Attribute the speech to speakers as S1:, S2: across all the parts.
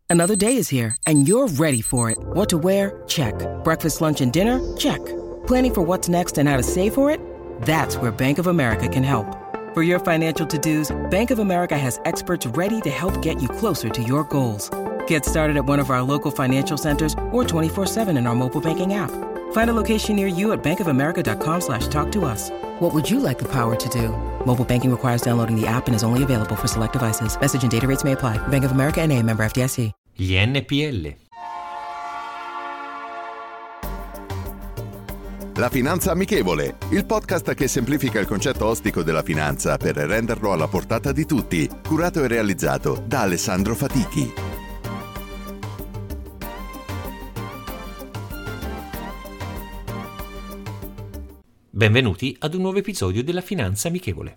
S1: Another day is here, and you're ready for it. What to wear? Check. Breakfast, lunch, and dinner? Check. Planning for what's next and how to save for it? That's where Bank of America can help. For your financial to-dos, Bank of America has experts ready to help get you closer to your goals. Get started at one of our local financial centers or 24/7 in our mobile banking app. Find a location near you at bankofamerica.com/talktous. What would you like the power to do? Mobile banking requires downloading the app and is only available for select devices. Message and data rates may apply. Bank of America N.A., member FDIC.
S2: Gli NPL.
S3: La Finanza Amichevole, il podcast che semplifica il concetto ostico della finanza per renderlo alla portata di tutti, curato e realizzato da Alessandro Fatichi.
S2: Benvenuti ad un nuovo episodio della Finanza Amichevole.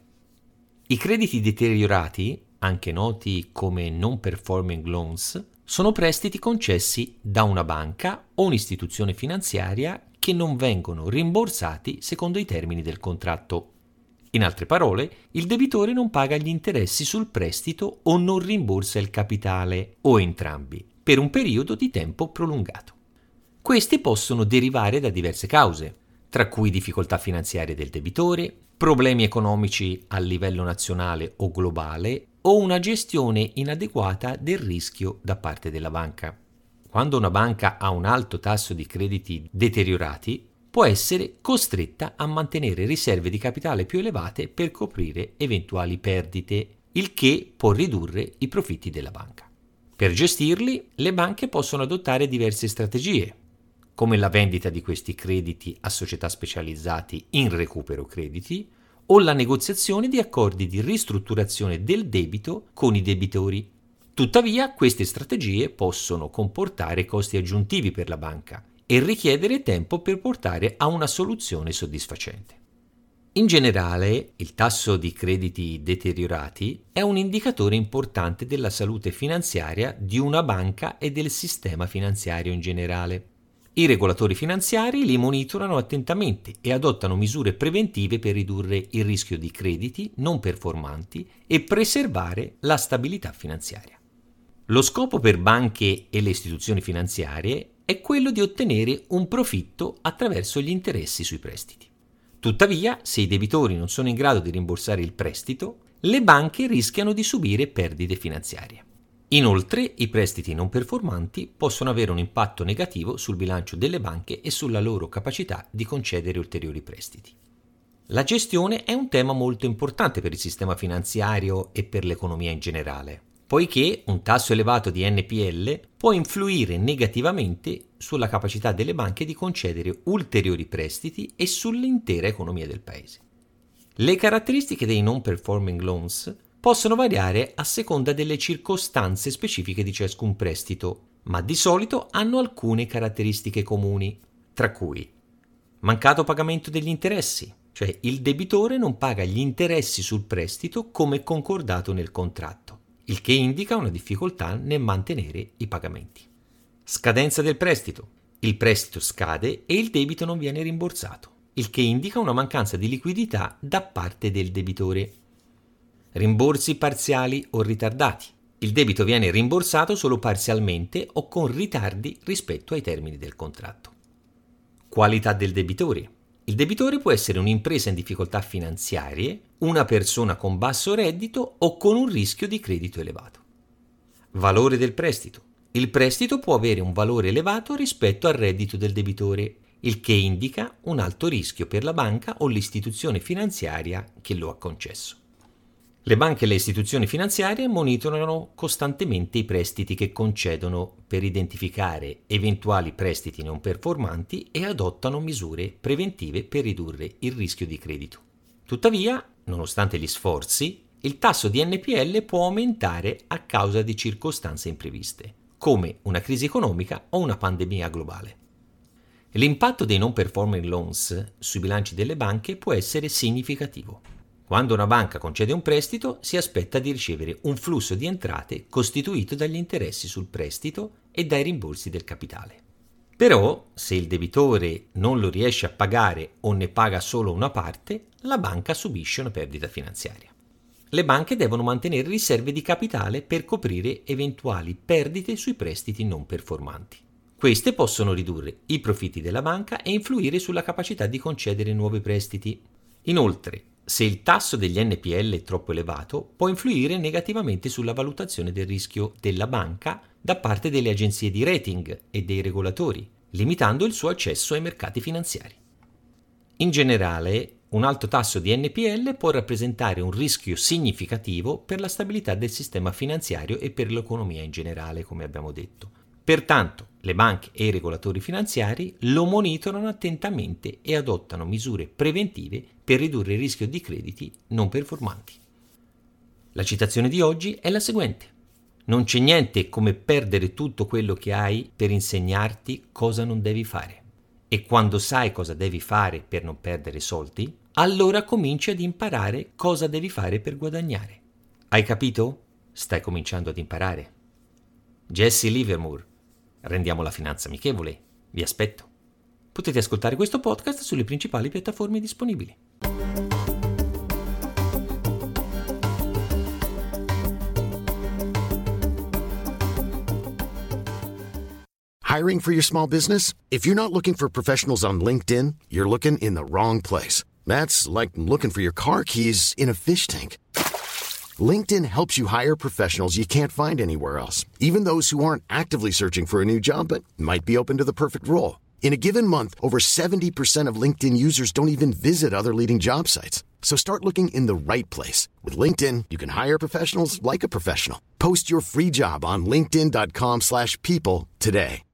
S2: I crediti deteriorati, anche noti come non-performing loans, sono prestiti concessi da una banca o un'istituzione finanziaria che non vengono rimborsati secondo i termini del contratto. In altre parole, il debitore non paga gli interessi sul prestito o non rimborsa il capitale, o entrambi, per un periodo di tempo prolungato. Questi possono derivare da diverse cause, tra cui difficoltà finanziarie del debitore, problemi economici a livello nazionale o globale o una gestione inadeguata del rischio da parte della banca. Quando una banca ha un alto tasso di crediti deteriorati, può essere costretta a mantenere riserve di capitale più elevate per coprire eventuali perdite, il che può ridurre i profitti della banca. Per gestirli, le banche possono adottare diverse strategie, come la vendita di questi crediti a società specializzati in recupero crediti o la negoziazione di accordi di ristrutturazione del debito con i debitori. Tuttavia, queste strategie possono comportare costi aggiuntivi per la banca e richiedere tempo per portare a una soluzione soddisfacente. In generale, il tasso di crediti deteriorati è un indicatore importante della salute finanziaria di una banca e del sistema finanziario in generale. I regolatori finanziari li monitorano attentamente e adottano misure preventive per ridurre il rischio di crediti non performanti e preservare la stabilità finanziaria. Lo scopo per banche e le istituzioni finanziarie è quello di ottenere un profitto attraverso gli interessi sui prestiti. Tuttavia, se i debitori non sono in grado di rimborsare il prestito, le banche rischiano di subire perdite finanziarie. Inoltre, i prestiti non performanti possono avere un impatto negativo sul bilancio delle banche e sulla loro capacità di concedere ulteriori prestiti. La gestione è un tema molto importante per il sistema finanziario e per l'economia in generale, poiché un tasso elevato di NPL può influire negativamente sulla capacità delle banche di concedere ulteriori prestiti e sull'intera economia del paese. Le caratteristiche dei non-performing loans possono variare a seconda delle circostanze specifiche di ciascun prestito, ma di solito hanno alcune caratteristiche comuni, tra cui mancato pagamento degli interessi, cioè il debitore non paga gli interessi sul prestito come concordato nel contratto, il che indica una difficoltà nel mantenere i pagamenti. Scadenza del prestito. Il prestito scade e il debito non viene rimborsato, il che indica una mancanza di liquidità da parte del debitore. Rimborsi parziali o ritardati. Il debito viene rimborsato solo parzialmente o con ritardi rispetto ai termini del contratto. Qualità del debitore. Il debitore può essere un'impresa in difficoltà finanziarie, una persona con basso reddito o con un rischio di credito elevato. Valore del prestito. Il prestito può avere un valore elevato rispetto al reddito del debitore, il che indica un alto rischio per la banca o l'istituzione finanziaria che lo ha concesso. Le banche e le istituzioni finanziarie monitorano costantemente i prestiti che concedono per identificare eventuali prestiti non performanti e adottano misure preventive per ridurre il rischio di credito. Tuttavia, nonostante gli sforzi, il tasso di NPL può aumentare a causa di circostanze impreviste, come una crisi economica o una pandemia globale. L'impatto dei non performing loans sui bilanci delle banche può essere significativo. Quando una banca concede un prestito, si aspetta di ricevere un flusso di entrate costituito dagli interessi sul prestito e dai rimborsi del capitale. Però, se il debitore non lo riesce a pagare o ne paga solo una parte, la banca subisce una perdita finanziaria. le banche devono mantenere riserve di capitale per coprire eventuali perdite sui prestiti non performanti. Queste possono ridurre i profitti della banca e influire sulla capacità di concedere nuovi prestiti. Inoltre, se il tasso degli NPL è troppo elevato, può influire negativamente sulla valutazione del rischio della banca da parte delle agenzie di rating e dei regolatori, limitando il suo accesso ai mercati finanziari. In generale, un alto tasso di NPL può rappresentare un rischio significativo per la stabilità del sistema finanziario e per l'economia in generale, come abbiamo detto. Pertanto, le banche e i regolatori finanziari lo monitorano attentamente e adottano misure preventive per ridurre il rischio di crediti non performanti. La citazione di oggi è la seguente: non c'è niente come perdere tutto quello che hai per insegnarti cosa non devi fare. E quando sai cosa devi fare per non perdere soldi, allora cominci ad imparare cosa devi fare per guadagnare. Hai capito? Stai cominciando ad imparare. Jesse Livermore. Rendiamo la finanza amichevole. Vi aspetto. Potete ascoltare questo podcast sulle principali piattaforme disponibili.
S4: Hiring for your small business? If you're not looking for professionals on LinkedIn, you're looking in the wrong place. That's like looking for your car keys in a fish tank. LinkedIn helps you hire professionals you can't find anywhere else, even those who aren't actively searching for a new job but might be open to the perfect role. In a given month, over 70% of LinkedIn users don't even visit other leading job sites. So start looking in the right place. With LinkedIn, you can hire professionals like a professional. Post your free job on linkedin.com/people today.